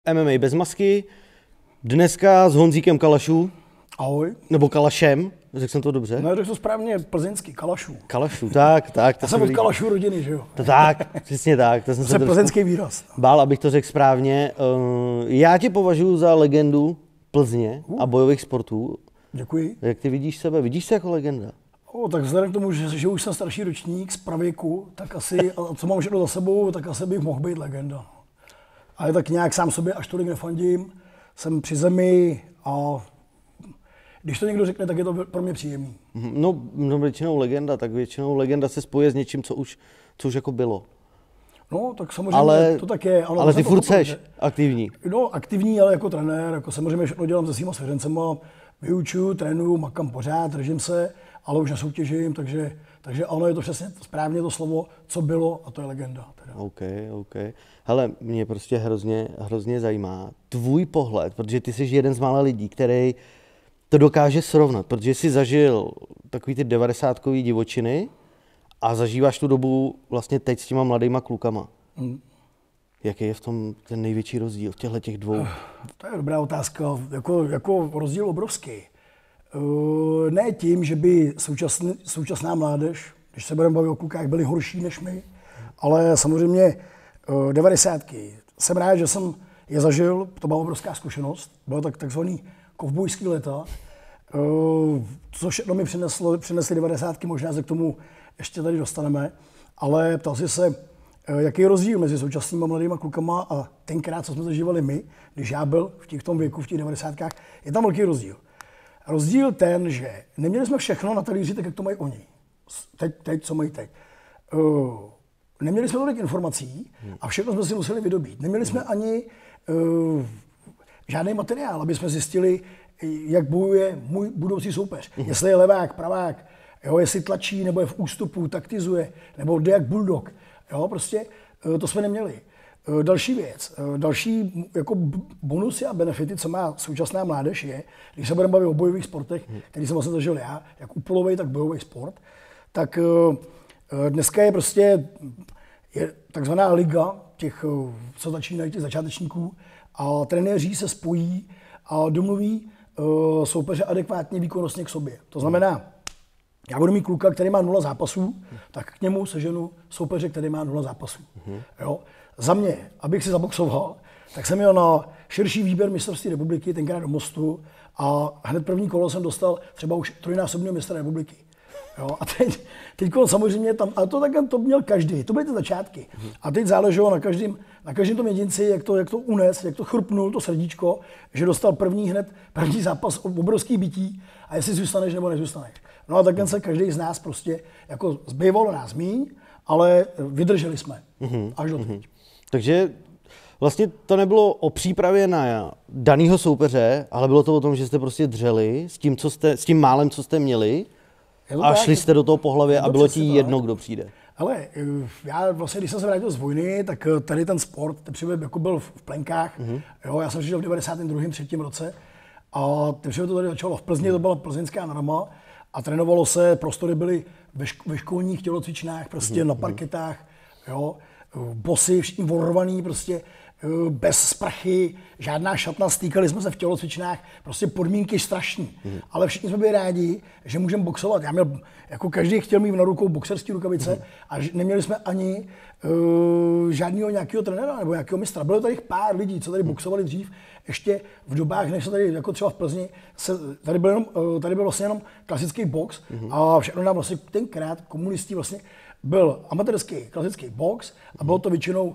MMA bez masky, dneska s Honzíkem Kalašů. Ahoj. Nebo Kalašem, řekl jsem to dobře? No, řekl to správně, plzeňský, Kalašů. Kalašů, tak. Já jsem od Kalašů rodiny, že jo? To tak, přesně tak. To je plzeňský výraz. Bál, abych to řekl správně. Já tě považuji za legendu Plzně a bojových sportů. Děkuji. Jak ty vidíš sebe? Vidíš se jako legenda? Tak vzhledem k tomu, že už jsem starší ročník z pravěku, tak asi, a co mám všechno za sebou, tak asi bych mohl být legenda. Ale tak nějak sám sobě až tolik nefandím, jsem při zemi a když to někdo řekne, tak je to pro mě příjemný. No většinou legenda, tak většinou legenda se spojí s něčím, co už jako bylo. No, tak samozřejmě to tak je. Ano, ale ty furt seš aktivní. No, aktivní, ale jako trenér, jako samozřejmě všechno dělám se svýma svěřencema, vyučuju, trénuju, makám pořád, držím se, ale už nesoutěžím, takže ano, je to přesně správně to slovo, co bylo, a to je legenda. Teda. OK. Hele, mě prostě hrozně zajímá tvůj pohled, protože ty jsi jeden z mála lidí, který to dokáže srovnat, protože jsi zažil takový ty 90kový divočiny a zažíváš tu dobu vlastně teď s těma mladýma klukama. Jaký je v tom ten největší rozdíl v těch dvou? To je dobrá otázka, jako rozdíl obrovský. Ne tím, že by současná mládež, když se budeme bavit o klukách, byli horší než my, ale samozřejmě 90ky. Jsem rád, že jsem je zažil, to byla obrovská zkušenost, bylo takzvaný kovbojský léta, co všechno mi přinesly 90ky, možná se k tomu ještě tady dostaneme, ale ptal jsi se, jaký je rozdíl mezi současnými mladýma klukama a tenkrát, co jsme zažívali my, když já byl v tom věku, v těch 90kách, je tam velký rozdíl. Rozdíl ten, že neměli jsme všechno na talíři tak, jak to mají oni. Teď co mají teď. Neměli jsme tolik informací a všechno jsme si museli vydobít. Neměli jsme ani žádný materiál, aby jsme zjistili, jak bojuje můj budoucí soupeř. Jestli je levák, pravák, jo, jestli tlačí, nebo je v ústupu, taktizuje, nebo jde jak bulldog. Jo, prostě to jsme neměli. Další věc, další jako bonusy a benefity, co má současná mládež, je, když se budeme bavit o bojových sportech, který jsem vlastně zažil já, jak úpolový, tak bojový sport, tak dneska je prostě takzvaná liga těch, co začínají, těch začátečníků, a trenéři se spojí a domluví soupeře adekvátně výkonnostně k sobě. To znamená, já budu mít kluka, který má 0 zápasů, tak k němu seženu soupeře, který má 0 zápasů. Jo? Za mě, abych si zaboxoval, tak jsem jel na širší výběr mistrovství republiky, tenkrát do Mostu, a hned první kolo jsem dostal třeba už trojnásobného mistra republiky. Jo? A teď samozřejmě tam, ale to měl každý, to byly ty začátky. A teď záleželo na každém tom jedinci, jak to unes, jak to chrupnul, to srdíčko, že dostal první zápas obrovský bytí, a jestli zůstaneš nebo nezůstaneš. No a takhle se každý z nás prostě, jako zbývalo nás míň, ale vydrželi jsme až do teď. Takže vlastně to nebylo o přípravě na danýho soupeře, ale bylo to o tom, že jste prostě dřeli s tím málem, co jste měli, a šli jste do toho po hlavě a bylo ti jedno, kdo přijde. Ale já vlastně, když jsem se vrátil z vojny, tak tady ten sport jako byl v plenkách. Jo, já jsem přišel v 92. 3. roce a to tady začalo v Plzni, to byla plzeňská norma a trénovalo se, prostory byly ve školních tělocvičnách, prostě na parketách, jo, bosy, všichni vorovaný, prostě bez sprchy, žádná šatna, stýkali jsme se v tělocvičnách, prostě podmínky strašný. Ale všichni jsme byli rádi, že můžeme boxovat. Já měl, jako každý chtěl mít na rukou boxerské rukavice a neměli jsme ani žádného nějakého trenéra nebo nějakého mistra. Bylo tady pár lidí, co tady boxovali dřív, ještě v dobách, než se tady, jako třeba v Plzni, tady byl vlastně jenom klasický box a všechno nám vlastně tenkrát komunisti vlastně byl amatérský klasický box a bylo to většinou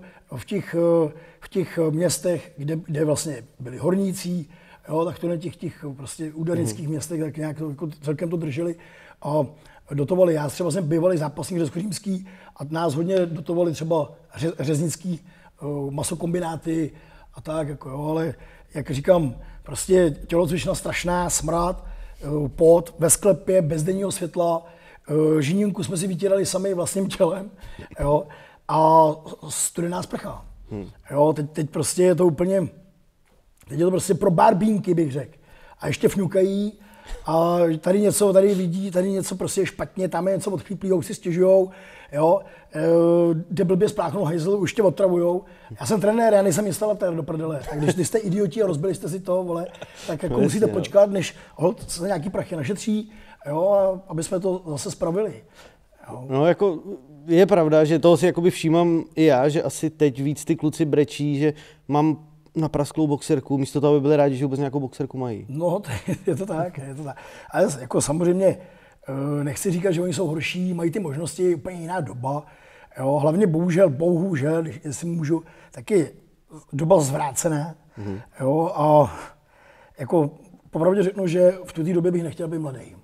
v těch městech, kde vlastně byli horníci, jo, tak to na těch prostě údernických městech tak nějak jako celkem to drželi a dotovali. Já třeba jsem bývalý zápasník řezkořímský a nás hodně dotovali třeba řeznický masokombináty a tak, jako jo, ale jak říkám, prostě tělocvična strašná, smrad, pot ve sklepě, bez denního světla, žininku jsme si vytírali sami vlastním tělem, jo, a studená sprcha. Jo, teď prostě je to úplně, teď je to prostě pro barbínky, bych řekl. A ještě fňukají a tady vidí, tady něco prostě je špatně, tam je něco odchlíplýho, už si stěžujou, jo, jde blbě spláchnou hajzl, už tě otravujou. Já jsem trenér, já nejsem instalatér do prdele, tak když jste idioti a rozbili jste si to, vole, tak jako musíte počkat, než se nějaký prachy našetří, jo, aby jsme to zase spravili. Jo. No jako je pravda, že toho si jakoby všímám i já, že asi teď víc ty kluci brečí, že mám na prasklou boxerku, místo toho, aby byli rádi, že vůbec nějakou boxerku mají. No, je to tak. Ale jako samozřejmě nechci říkat, že oni jsou horší, mají ty možnosti, úplně jiná doba. Jo, hlavně bohužel, jestli můžu, taky doba zvrácená. Jo, a jako popravdě řeknu, že v té době bych nechtěl být mladý.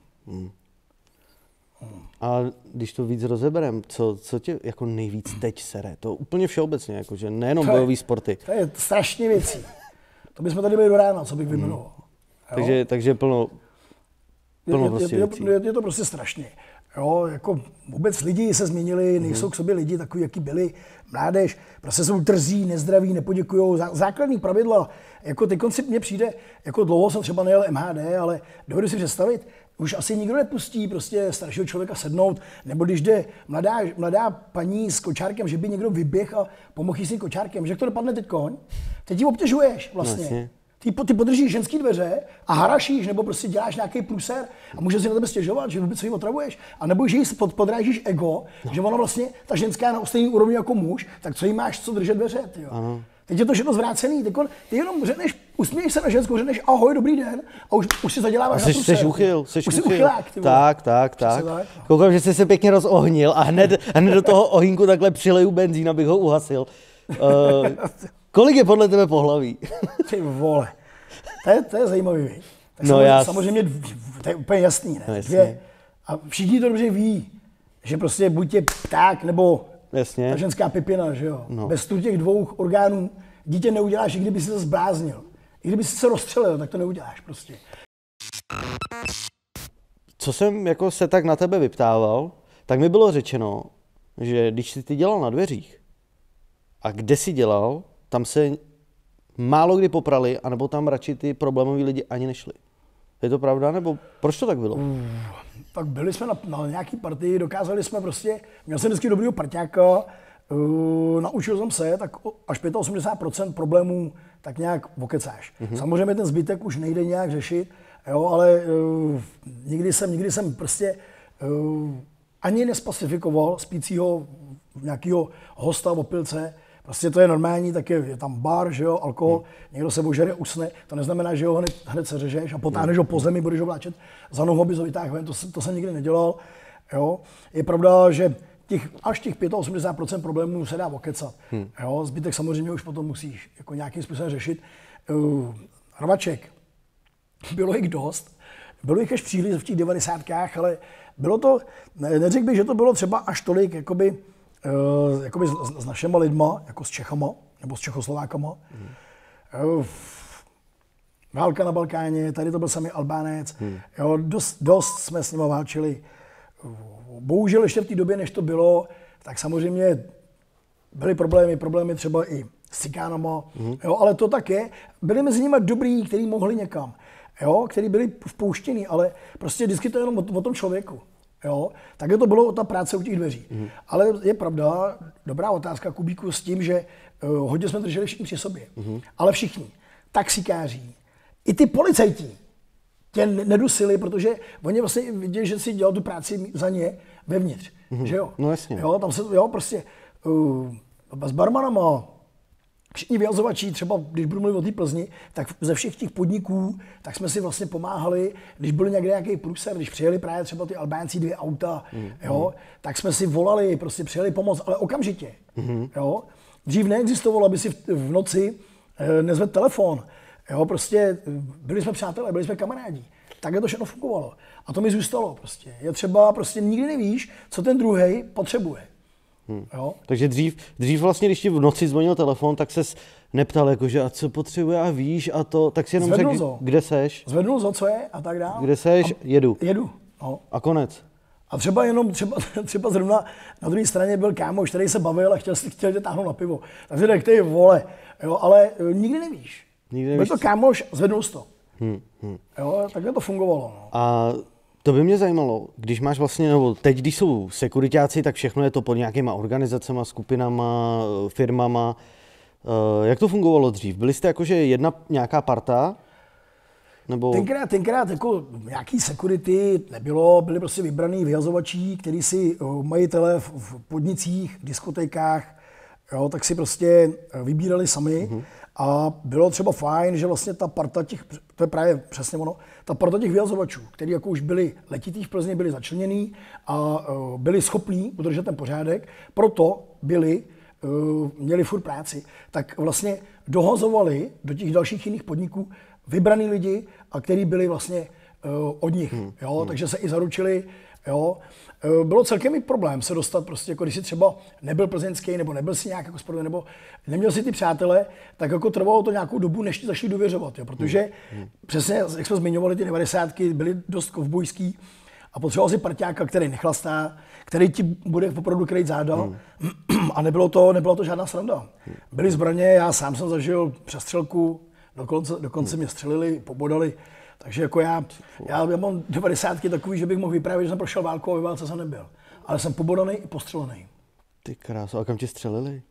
A když to víc rozeberem, co tě jako nejvíc teď sere? To úplně všeobecně, jakože nejenom bojové sporty. To je strašně věcí. To bychom tady byli do rána, co bych vyjmenoval. Takže plno prostě věcí. Je to prostě strašně. Jo, jako vůbec lidi se změnili, nejsou k sobě lidi takový, jaký byli. Mládež, prostě jsou drzí, nezdraví, nepoděkujou. Základní pravidla, jako teď konci mně přijde, jako dlouho jsem třeba nejel MHD, ale dovedu si představit, už asi nikdo nepustí prostě staršího člověka sednout, nebo když jde mladá paní s kočárkem, že by někdo vyběh a pomohl jí s tím kočárkem, že jak to dopadne teďkoň, teď ji obtěžuješ vlastně. Ty podržíš ženský dveře a harašíš, nebo prostě děláš nějaký průser a může si na tebe stěžovat, že vůbec ho jí otravuješ. A nebo že jí podrážíš ego, že ona vlastně, ta ženská je na stejné úrovni jako muž, tak co jí máš co držet dveře, tyjo. Teď je to všechno zvrácený, ty jenom řekneš, usměješ se na ženskou, řekneš ahoj, dobrý den a už si zaděláváš na průser. Jsi uchyl. Už uchylák, ty vole. Tak. Koukám, že jsi se pěkně rozohnil a hned do toho ohýnku takhle přileju benzín, abych ho uhasil. Kolik je podle tebe pohlaví? Ty vole, to je zajímavý. Samozřejmě to je úplně jasný, ne? No, Dvě. A všichni to dobře ví, že prostě buď je pták, nebo ta ženská pipina, že jo? No. Bez těch dvou orgánů dítě neuděláš, i kdyby si to zbláznil. I kdyby si se rozstřelil, tak to neuděláš prostě. Co jsem jako se tak na tebe vyptával, tak mi bylo řečeno, že když jsi ty dělal na dveřích a kde jsi dělal, tam se málo kdy poprali, anebo tam radši ty problémoví lidi ani nešli. Je to pravda, nebo proč to tak bylo? Tak byli jsme na nějaký partii, dokázali jsme prostě, měl jsem vždycky dobrýho parťáka, naučil jsem se, tak až 85% problémů tak nějak okecáš. Samozřejmě ten zbytek už nejde nějak řešit, jo, ale nikdy jsem prostě ani nespacifikoval spícího nějakého hosta v opilce. Prostě to je normální, tak je tam bar, že jo, alkohol, někdo se ožere, usne, to neznamená, že ho hned seřežeš a potáhneš ho po zemi, budeš ho vláčet za nohu, aby ho vytáhl ven, to jsem nikdy nedělal, jo. Je pravda, že až těch 85% problémů se dá okecat, jo, zbytek samozřejmě už potom musíš jako nějakým způsobem řešit. Rvaček, bylo jich dost, bylo jich až příliš v těch 90kách, ale bylo to, neřekl bych, že to bylo třeba až tolik, jakoby s našima lidma, jako s Čechama, nebo s Čechoslovákama. Válka na Balkáně, tady to byl samý Albánec, jo, dost jsme s nimi válčili. Bohužel ještě v té době, než to bylo, tak samozřejmě byly problémy třeba i s cikánama, jo, ale to tak je. Byli mezi nimi dobrý, kteří mohli někam, jo, kteří byli vpouštění, ale prostě vždycky to je jenom o tom člověku. Jo, tak to bylo ta práce u těch dveří. Ale je pravda, dobrá otázka, Kubíku, s tím, že hodně jsme drželi všichni při sobě. Ale všichni, taxikáři, i ty policajti tě nedusili, protože oni vlastně viděli, že si dělal tu práci za ně vevnitř. Že jo? No jasně. Jo, tam se, prostě s barmanama, všichni vyhazovači, třeba když budu mluvit o té Plzni, tak ze všech těch podniků, tak jsme si vlastně pomáhali, když byl někde nějaký průser, když přijeli právě třeba ty Albánci 2 auta, jo, tak jsme si volali, prostě přijeli pomoct, ale okamžitě. Jo. Dřív neexistovalo, aby si v noci nezvedl telefon. Jo, prostě byli jsme přátelé, byli jsme kamarádi. Takhle to všechno fungovalo. A to mi zůstalo prostě. Je třeba, prostě nikdy nevíš, co ten druhej potřebuje. Jo? Takže dřív vlastně, když ti v noci zvonil telefon, tak ses neptal, jakože a co potřebuje a víš a to, tak si jenom řekl, kde seš. Zvednul zo, co je a tak dále. Kde seš, jedu. No. A konec. A třeba zrovna na druhé straně byl kámoš, který se bavil a chtěl tě táhnout na pivo. Takže řekl, ty vole, jo, ale nikdy nevíš. Byl to kámoš, zvednul to. Jo, takhle to fungovalo. No. A to by mě zajímalo, když máš vlastně, nebo teď, když jsou sekuritáci, tak všechno je to pod nějakýma organizacema, skupinama, firmama. Jak to fungovalo dřív? Byli jste jakože jedna nějaká parta? Nebo... Tenkrát jako nějaký security nebylo, byli prostě vybraný vyhazovači, kteří si majitele v podnicích, diskotékách, jo, tak si prostě vybírali sami. A bylo třeba fajn, že vlastně ta parta těch, to je právě přesně ono, ta parta těch vyhazovačů, kteří jako už byli letitý v Plzni, byli začlenění a byli schopní udržet ten pořádek, proto měli furt práci, tak vlastně dohazovali do těch dalších jiných podniků vybraný lidi, a kteří byli vlastně od nich, jo, takže se i zaručili, jo. Bylo celkem i problém se dostat prostě, jako když si třeba nebyl plzeňský, nebo nebyl si nějak jako sportovní, nebo neměl si ty přátele, tak jako trvalo to nějakou dobu, než ti začali důvěřovat, jo, protože přesně, jak jsme zmiňovali, ty 90. byly dost kovbojský a potřeboval si parťáka, který nechlastá, který ti bude opravdu krejt záda a nebylo to žádná sranda. Byly zbraně, já sám jsem zažil přestřelku, dokonce mě střelili, pobodali. Takže jako já mám 90 takový, že bych mohl vyprávět, že jsem prošel válku a ve válce jsem nebyl. Ale jsem pobodaný i postřelený. Ty kráso, a kam tě střelili?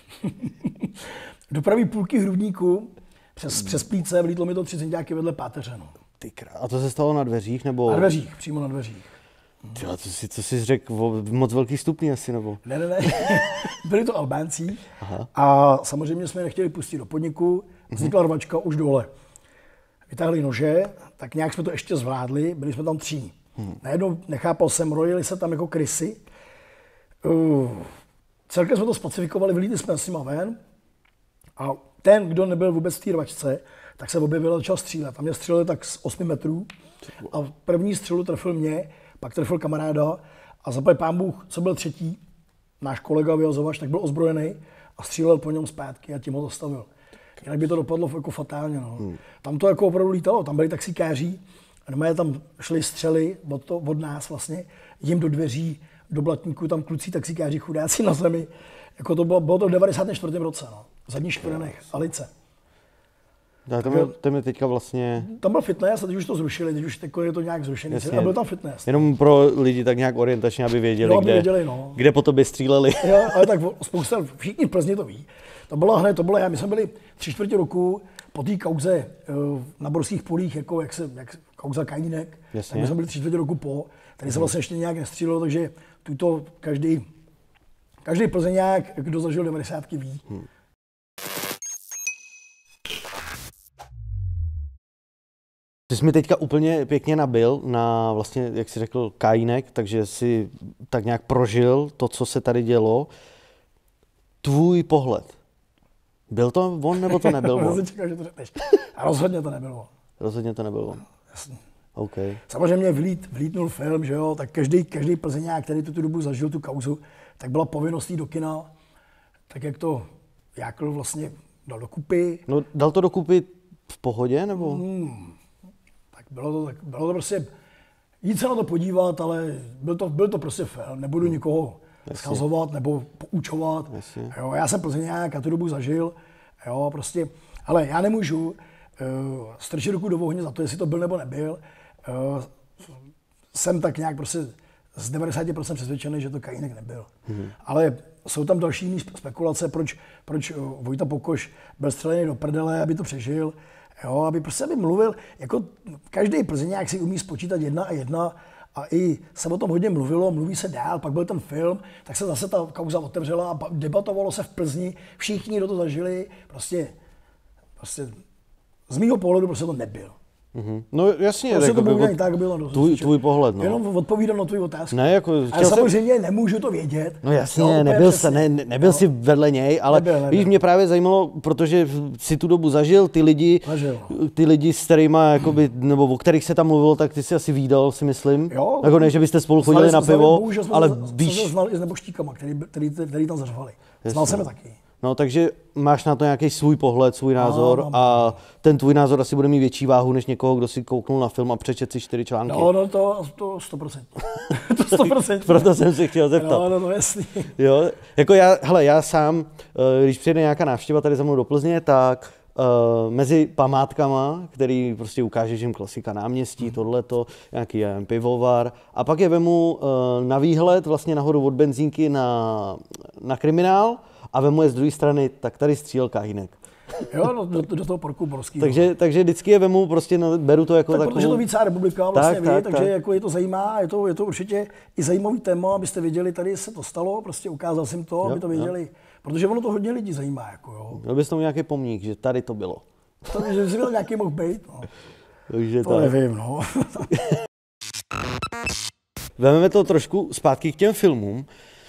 Do pravý půlky hrudníku přes plíce vlítlo mi to 3 centiáky vedle páteře. No. Ty kráso, a to se stalo na dveřích, nebo? Na dveřích, přímo na dveřích. Tyjo, co jsi řekl, moc velký stupně asi, nebo? Ne. Byli to Albánci. A samozřejmě jsme je nechtěli pustit do podniku. Vznikla rvačka už dole. Vytáhli nože, tak nějak jsme to ještě zvládli, byli jsme tam 3. Najednou, nechápal jsem, rojili se tam jako krysy. Celkem jsme to spacifikovali, vylítli jsme s nima ven a ten, kdo nebyl vůbec v té rvačce, tak se objevil a začal střílet. A mě stříleli tak z 8 metrů a první střelu trefil mě, pak trefil kamaráda a zaplať pán Bůh, co byl třetí, náš kolega vyhazovač, tak byl ozbrojený a střílel po něm zpátky a tím ho zastavil. Jinak by to dopadlo jako fatálně. No. Tam to jako opravdu lítalo, tam byli taxikáři, a tam šly střely od nás vlastně, jim do dveří, do blatníků, tam kluci taxikáři chudáci na zemi. Jako to bylo to v 94. roce, no. V zadních škvrnech, Alice. Tam je teďka vlastně... Tam byl fitness a teď už to zrušili, teď už je to nějak zrušený. A byl tam fitness. Jenom pro lidi tak nějak orientačně, aby věděli, kde po tobě stříleli. Jo, ale tak spousta, všichni v Plzni to ví. To bylo, my jsme byli 3/4 roku po té kauze na Borských polích, jako jak kauza Kajínek, tak my jsme byli 3/4 roku po, tady se vlastně ještě nějak nestřílelo, takže tuto každý Plzeňák, kdo zažil 90, ví. Ty jsi mi teďka úplně pěkně nabil na vlastně, jak jsi řekl, Kajínek, takže jsi tak nějak prožil to, co se tady dělo. Tvůj pohled. Byl to on, nebo to nebyl on? Já jsem čekal, že to řekneš. A rozhodně to nebyl on. Rozhodně to nebyl on. Jasně. Okay. Samozřejmě vlítnul film, že jo, tak každý Plzeňák, který tu dobu zažil tu kauzu, tak byla povinnost jít do kina, tak jak to Jákl vlastně dal dokupy. No, dal to dokupy v pohodě, nebo? Tak bylo to prostě, jít se na to podívat, ale byl to prostě film, nebudu nikoho schazovat nebo poučovat. Jo, já jsem Plzeňák a tu dobu zažil, jo, prostě, ale já nemůžu strčit ruku do ohně za to, jestli to byl nebo nebyl. Jsem tak nějak prostě z 90% přesvědčený, že to Kajínek nebyl. Ale jsou tam další jiné spekulace, proč Vojta Pokoš byl střelený do prdele, aby to přežil. Jo, aby mluvil, jako každý Plzeňák si umí spočítat 1 a 1 a i se o tom hodně mluví se dál, pak byl ten film, tak se zase ta kauza otevřela a debatovalo se v Plzni, všichni, kdo to zažili, prostě z mýho pohledu prostě to nebyl. No jasně, prostě to bylo tak bylo. Tvůj pohled, no. Jenom odpovídám na tvůj otázku. Ne, jako, ale samozřejmě nemůžu to vědět. No jasně, nebyl jsi vedle něj, ale nebyl. Víš, mě právě zajímalo, protože si tu dobu zažil, ty lidi, s kterýma, jakoby, nebo o kterých se tam mluvilo, tak ty si asi vídal, si myslím. Jo. Jako ne, že byste spolu chodili na pivo, ale víš. Jsem znal i s neboštíkama, který tam zařvali. Znal jsem je taky. No, takže máš na to nějaký svůj pohled, svůj názor a ten tvůj názor asi bude mít větší váhu než někoho, kdo si kouknul na film a přečet si 4 články. No, to 100%. To 100%. Proto jsem si chtěl zeptat. No, jasný. Jo, jako já sám, když přijde nějaká návštěva tady za mnou do Plzně, tak mezi památkama, který prostě ukáže, že jim klasika náměstí, tohleto, nějaký pivovar. A pak je vemu na výhled vlastně nahoru od benzínky na Kriminál a vemu je z druhé strany, tak tady střílka Hynek. Jo, no, do toho parku Borský. Takže vždycky je vemu, prostě beru to jako tak takovou... protože to víc republika vlastně ví, takže tak. jako je to zajímá, je to určitě i zajímavý téma, abyste věděli, tady se to stalo, prostě ukázal jsem to, aby to věděli, protože ono to hodně lidí zajímá, jako jo. Měl bys tomu nějaký pomník, že tady to bylo. Že by to nějaký mohl být, no. Takže to nevím, no. Vezmeme to trošku zpátky k těm filmům.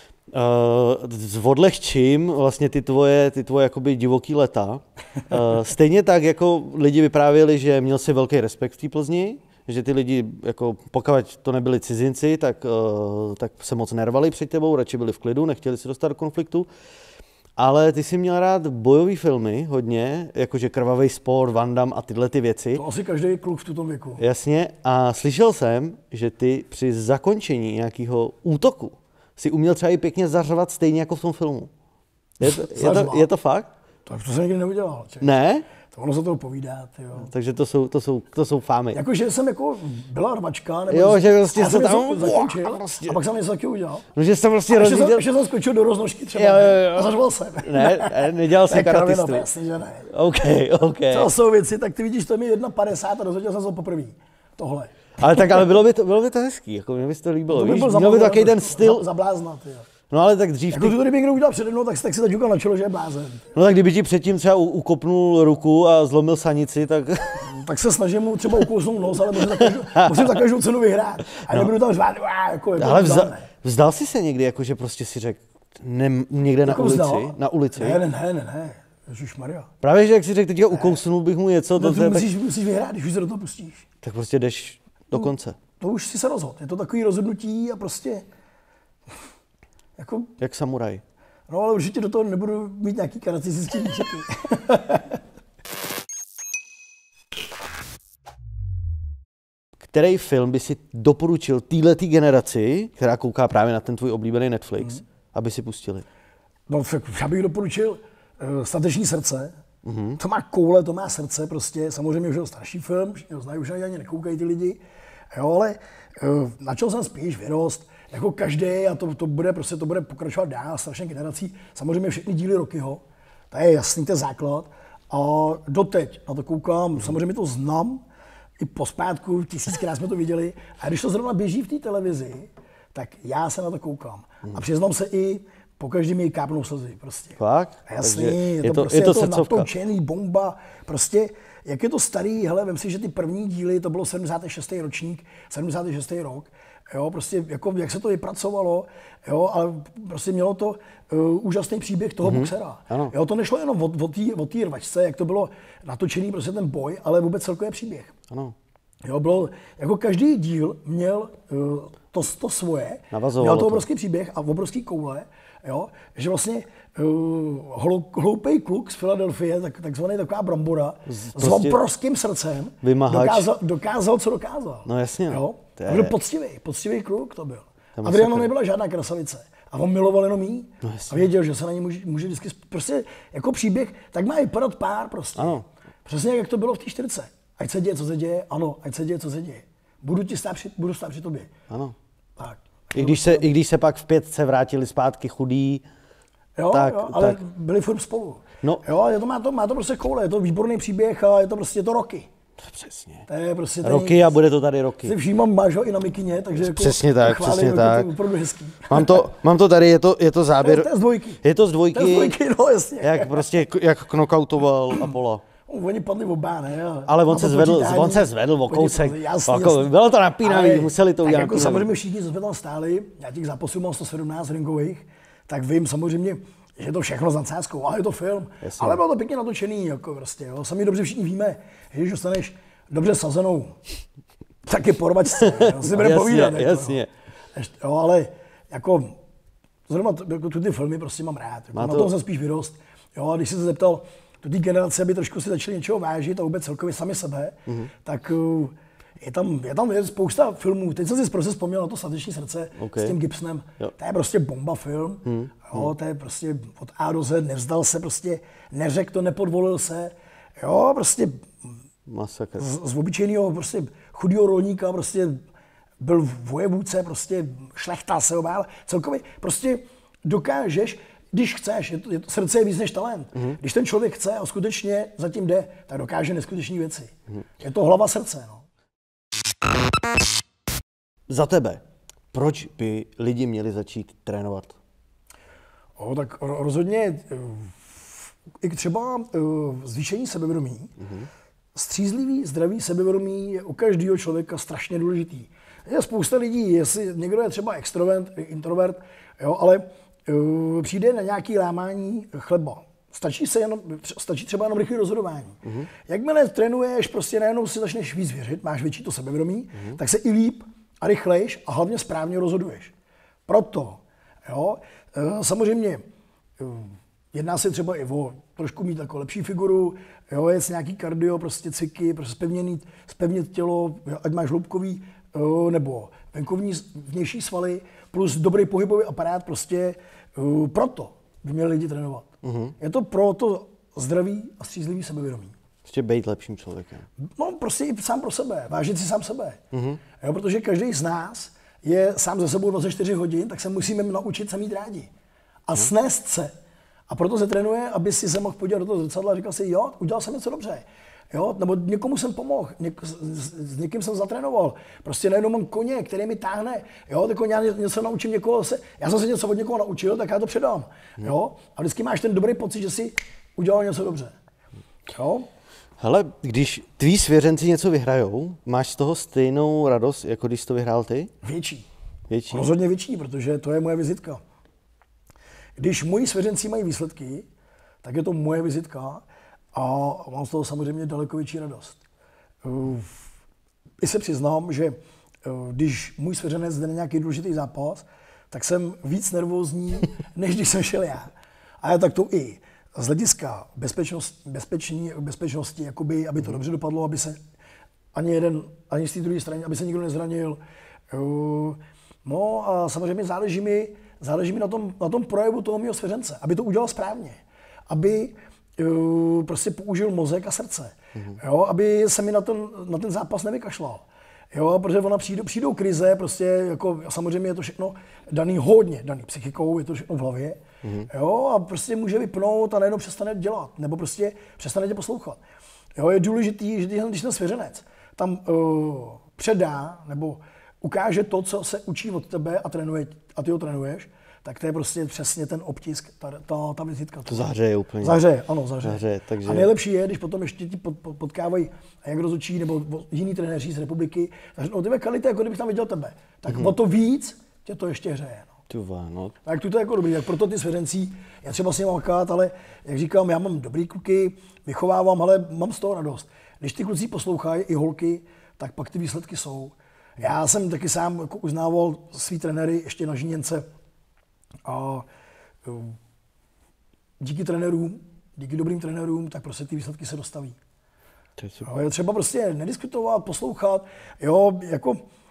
Odlehčím vlastně ty tvoje jakoby divoký leta. Stejně tak, jako lidi vyprávěli, že měl si velký respekt v té Plzni, že ty lidi, jako pokud to nebyli cizinci, tak se moc nervali před tebou, radši byli v klidu, nechtěli se dostat do konfliktu. Ale ty jsi měl rád bojové filmy hodně, jakože Krvavý sport, Van Damme a tyhle ty věci. To asi každý kluk v tutom věku. Jasně. A slyšel jsem, že ty při zakončení nějakého útoku si uměl třeba i pěkně zařvat stejně jako v tom filmu. Je to fakt? Tak to jsem nikdy neudělal. Ne? To ono se toho povídá, jo. Takže to jsou fámy. Jakože jsem byla rvačka, nebo jo, že prostě já se tam zakončil prostě. A pak jsem něco taky udělal. No, že jsem prostě ještě jsem skočil do roznožky třeba a zařval jsem. Ne, nedělal jsem karatistu. Jasně, že ne. OK. To jsou věci, tak ty vidíš, to je mi 1,50 a dozvěděl jsem se poprvé. Tohle. Ale bylo by to hezký, jako mě by to líbilo. Měl by takový ten styl. Zabláznat, jo. No ale tak dřív... Jako kdyby někdo udělal přede mnou, tak si zaťukal na čelo, že je blázen. No tak kdyby ti předtím třeba ukopnul ruku a zlomil sanici, tak... Tak se snažím mu třeba ukousnout nos, ale musím za každou cenu vyhrát. A nebudu tam řvát, jako ale vzdal jsi se někdy, jako že prostě si řekl, někde jako na ulici? Ne. Ježišmarja. Právě, že jak si řekl, teďka ukousnul bych mu něco... Musíš vyhrát, když už se do toho pustíš. Tak prostě jdeš do konce. To už si se rozhodl. Je to takový rozhodnutí a prostě... Jako... Jak samuraj. No ale určitě do toho nebudu mít nějaký karacistický výčeky. Který film by si doporučil téhletý generaci, která kouká právě na ten tvůj oblíbený Netflix, aby si pustili? No, já bych doporučil Stateční srdce. To má koule, to má srdce prostě. Samozřejmě už je to starší film, znají, už ani nekoukají ty lidi. Jo, ale na čem jsem spíš vyrost, jako každý, a to bude pokračovat dál, strašně generací. Samozřejmě všechny díly Rockyho, to je jasný, to je základ. A doteď na to koukám, samozřejmě to znám, i pospátku, 1000krát jsme to viděli. A když to zrovna běží v té televizi, tak já se na to koukám. A přiznám se i, pokaždý mi kápnou slzy prostě. Fakt? Jasný, je to natoučený, bomba, prostě, jak je to starý, hele, vem si, že ty první díly, to bylo 76. ročník, 76. rok, jo, prostě, jako, jak se to vypracovalo, jo, ale prostě mělo to úžasný příběh toho boxera. Jo, to nešlo jenom o té rvačce, jak to bylo natočený, prostě ten boj, ale vůbec celkový příběh. Ano. Jo, bylo, jako každý díl měl to svoje, Navazovalo měl to obrovský příběh a obrovský koule, jo, že vlastně hloupej kluk z Filadelfie, takzvaný taková brambora, s obrovským srdcem, dokázal, co dokázal. No jasně. Jo? Byl poctivý kluk to byl. Adriano nebyla žádná krasavice. A on miloval jenom jí. No a věděl, že se na ní může vždycky, prostě jako příběh, tak má i podat pár prostě. Ano. Přesně jak to bylo v té 4. Ať se děje, co se děje, ano, ať se děje, co se děje. Budu stát při tobě. Ano. Tak. I když se pak v 5 vrátili zpátky chudí, jo, ale byli furt spolu. No. Jo, má to prostě koule, je to výborný příběh a je to prostě Rocky. Přesně. To je prostě Rocky a bude to tady Rocky. Si všímám, máš ho i na mikině, takže jako přesně tak. To je opravdu hezký. Mám to tady, je to záběr. To je z dvojky. Je to z dvojky, no jasně. Jak knockoutoval Apolla. Oni padli oba, ne? Ale on se zvedl o kousek. Bylo to napínavý, museli to udělat. Jako samozřejmě všichni, co jsme tam stáli, já těch zápasů mám 117 ringových, tak vím samozřejmě, že je to všechno s nadsázkou, ale je to film. Jasně. Ale bylo to pěkně natočený, jako prostě, jo. Sami dobře všichni víme, že když dostaneš dobře sazenou, tak je porvačce, si budeme povídat. Jasně. Jo, ale jako, zrovna ty filmy prostě mám rád. Na tom jsem spíš vyrost. Jo, a když jsi se zeptal, do té generace, aby trošku si začali něčeho vážit a vůbec celkově sami sebe, tak je tam spousta filmů. Teď jsem si prostě vzpomněl na to Stateční srdce s tím Gibsonem. Jo. To je prostě bomba film. Jo, to je prostě od A do Z, nevzdal se prostě, neřekl to, nepodvolil se. Jo, prostě Masakr. z obyčejného prostě chudého rolníka prostě byl vojevůdce, prostě šlechta se obál. Celkově prostě dokážeš, když chceš, srdce je víc než talent. Když ten člověk chce a skutečně zatím jde, tak dokáže neskutečné věci. Je to hlava srdce. No. Za tebe, proč by lidi měli začít trénovat? Tak rozhodně i třeba zvýšení sebevědomí, střízlivý, zdravý sebevědomí je u každého člověka strašně důležitý. Je spousta lidí, jestli někdo je třeba extrovert, introvert, jo, ale přijde na nějaké lámání chleba. Stačí třeba jenom rychlé rozhodování. Jakmile trénuješ, prostě najednou si začneš víc věřit, máš větší to sebevědomí, tak se i líp a rychlejš a hlavně správně rozhoduješ. Proto, jo, samozřejmě jedná se třeba i o trošku mít jako lepší figuru, jo, jet nějaký kardio, prostě cviky, prostě zpevnit tělo, jo, ať máš hloubkový nebo venkovní vnější svaly, plus dobrý pohybový aparát, prostě proto by měli lidi trénovat. Je to pro to zdravý a střízlivý sebevědomí. Prostě být lepším člověkem. No prostě i sám pro sebe, vážit si sám sebe. Jo, protože každý z nás je sám ze sebou 24 hodin, tak se musíme naučit se mít rádi. A snést se. A proto se trénuje, aby si se mohl podívat do toho zrcadla a říkal si, jo, udělal jsem něco dobře. Jo, nebo někomu jsem pomohl, s někým jsem zatrénoval. Prostě najednou mám koně, který mi táhne. Jo, tak já něco naučím někoho, já jsem se něco od někoho naučil, tak já to předám. Jo, a vždycky máš ten dobrý pocit, že jsi udělal něco dobře. Jo. Hele, když tví svěřenci něco vyhrajou, máš z toho stejnou radost, jako když jsi to vyhrál ty? Větší. Větší? Rozhodně větší, protože to je moje vizitka. Když moji svěřenci mají výsledky, tak je to moje vizitka a mám z toho samozřejmě daleko větší radost. I se přiznám, že když můj svěřenec jde na nějaký důležitý zápas, tak jsem víc nervózní, než když jsem šel já. A tak to i z hlediska bezpečnosti, jakoby, aby to dobře dopadlo, aby se ani z té druhé strany, aby se nikdo nezranil. No a samozřejmě záleží mi na tom projevu toho mého svěřence, aby to udělal správně, aby prostě použil mozek a srdce, jo, aby se mi na ten zápas nevykašlal. Jo, protože přijdou krize, prostě jako samozřejmě je to všechno hodně daný psychikou, je to všechno v hlavě, jo, a prostě může vypnout a najednou přestane dělat, nebo prostě přestane tě poslouchat. Jo, je důležitý, že když ten svěřenec tam předá nebo ukáže to, co se učí od tebe a trénuje, a ty ho trénuješ, tak to je prostě přesně ten obtisk, ta vizitka. To zahřeje úplně. Zahřeje, ano, zahřeje. Takže... A nejlepší je, když potom ještě ti potkávají jak rozhodčí nebo jiní trenéři z republiky, takže o tebe kality, jako kdybych tam viděl tebe. Tak o to víc tě to ještě hřeje. No. Tak to je jako dobrý, tak proto ty svěřencí, já třeba s nimi makát, ale jak říkám, já mám dobrý kluky, vychovávám, ale mám z toho radost. Když ty kluci poslouchají, i holky, tak pak ty výsledky jsou. Já jsem taky sám jako uznával svý trenéry ještě na Žíněnce a díky dobrým trenérům, tak prostě ty výsledky se dostaví. Je třeba prostě nediskutovat, poslouchat, jo, jako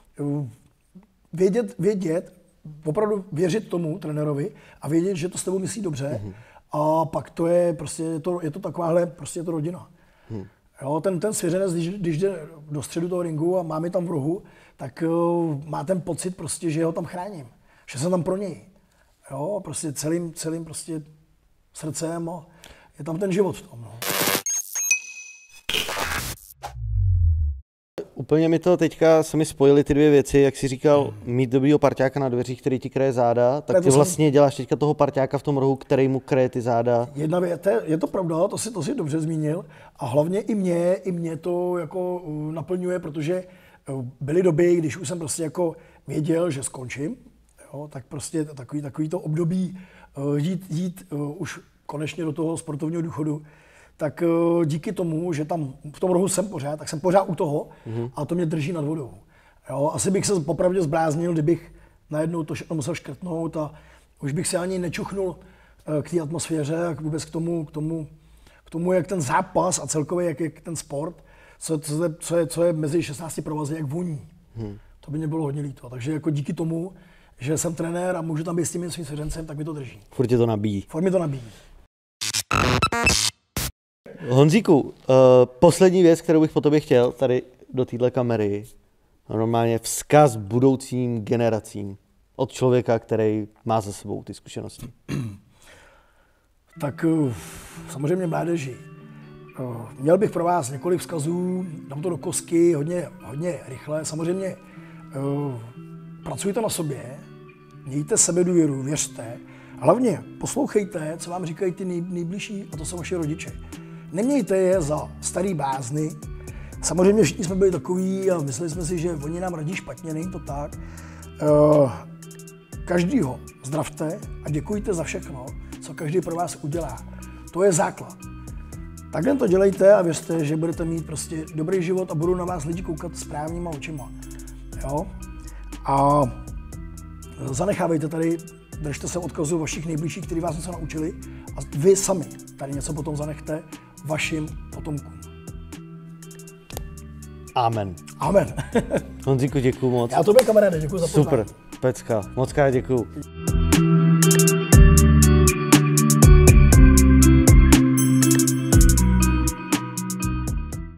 vědět, opravdu věřit tomu trenérovi a vědět, že to s tebou myslí dobře a pak to je prostě, je to takováhle, prostě je to rodina. Jo, ten svěřenec, když jde do středu toho ringu a mám je tam v rohu, tak má ten pocit prostě, že ho tam chráním, že jsem tam pro něj. Jo, prostě celým prostě srdcem a je tam ten život v tom. No. Úplně mi to teďka se mi spojily ty dvě věci, jak jsi říkal, mít dobrýho parťáka na dveřích, který ti kraje záda, tak ty vlastně děláš teďka toho parťáka v tom rohu, který mu kraje ty záda. Jedna věc, je to pravda, to si dobře zmínil a hlavně i mě to jako naplňuje, protože byly doby, když už jsem prostě jako věděl, že skončím, jo, tak prostě takový to období jít už konečně do toho sportovního důchodu, tak díky tomu, že tam v tom rohu jsem pořád, tak jsem pořád u toho a to mě drží nad vodou. Jo, asi bych se popravdě zbláznil, kdybych najednou to všechno musel škrtnout a už bych se ani nečuchnul k té atmosféře a vůbec k tomu, jak ten zápas a celkově jak ten sport, co je mezi 16 provazy, jak voní. To by mě bylo hodně líto. Takže jako díky tomu, že jsem trenér a můžu tam být s tím svým svěřencem, tak mi to drží. Furt tě to nabíjí. Furt mi to nabíjí. Honzíku, poslední věc, kterou bych po tobě chtěl tady do téhle kamery, normálně vzkaz budoucím generacím od člověka, který má za sebou ty zkušenosti. Tak samozřejmě mládeži. Měl bych pro vás několik vzkazů, dám to do kostky hodně rychle. Samozřejmě pracujte na sobě, mějte sebedůvěru, věřte. Hlavně poslouchejte, co vám říkají ty nejbližší, a to jsou vaši rodiče. Nemějte je za starý bázny. Samozřejmě všichni jsme byli takový a mysleli jsme si, že oni nám radí špatně, není to tak. Každýho zdravte a děkujte za všechno, co každý pro vás udělá. To je základ. Takhle to dělejte a věřte, že budete mít prostě dobrý život a budou na vás lidi koukat správnýma očima. Jo? A zanechávejte tady, držte se odkazu vašich nejbližších, kteří vás něco naučili, a vy sami tady něco potom zanechte vašim potomkům. Amen. Amen. Honzíku, děkuju moc. Já tobě, kamaráde, děkuju za pozvání. Super, pecka, moc krát děkuju.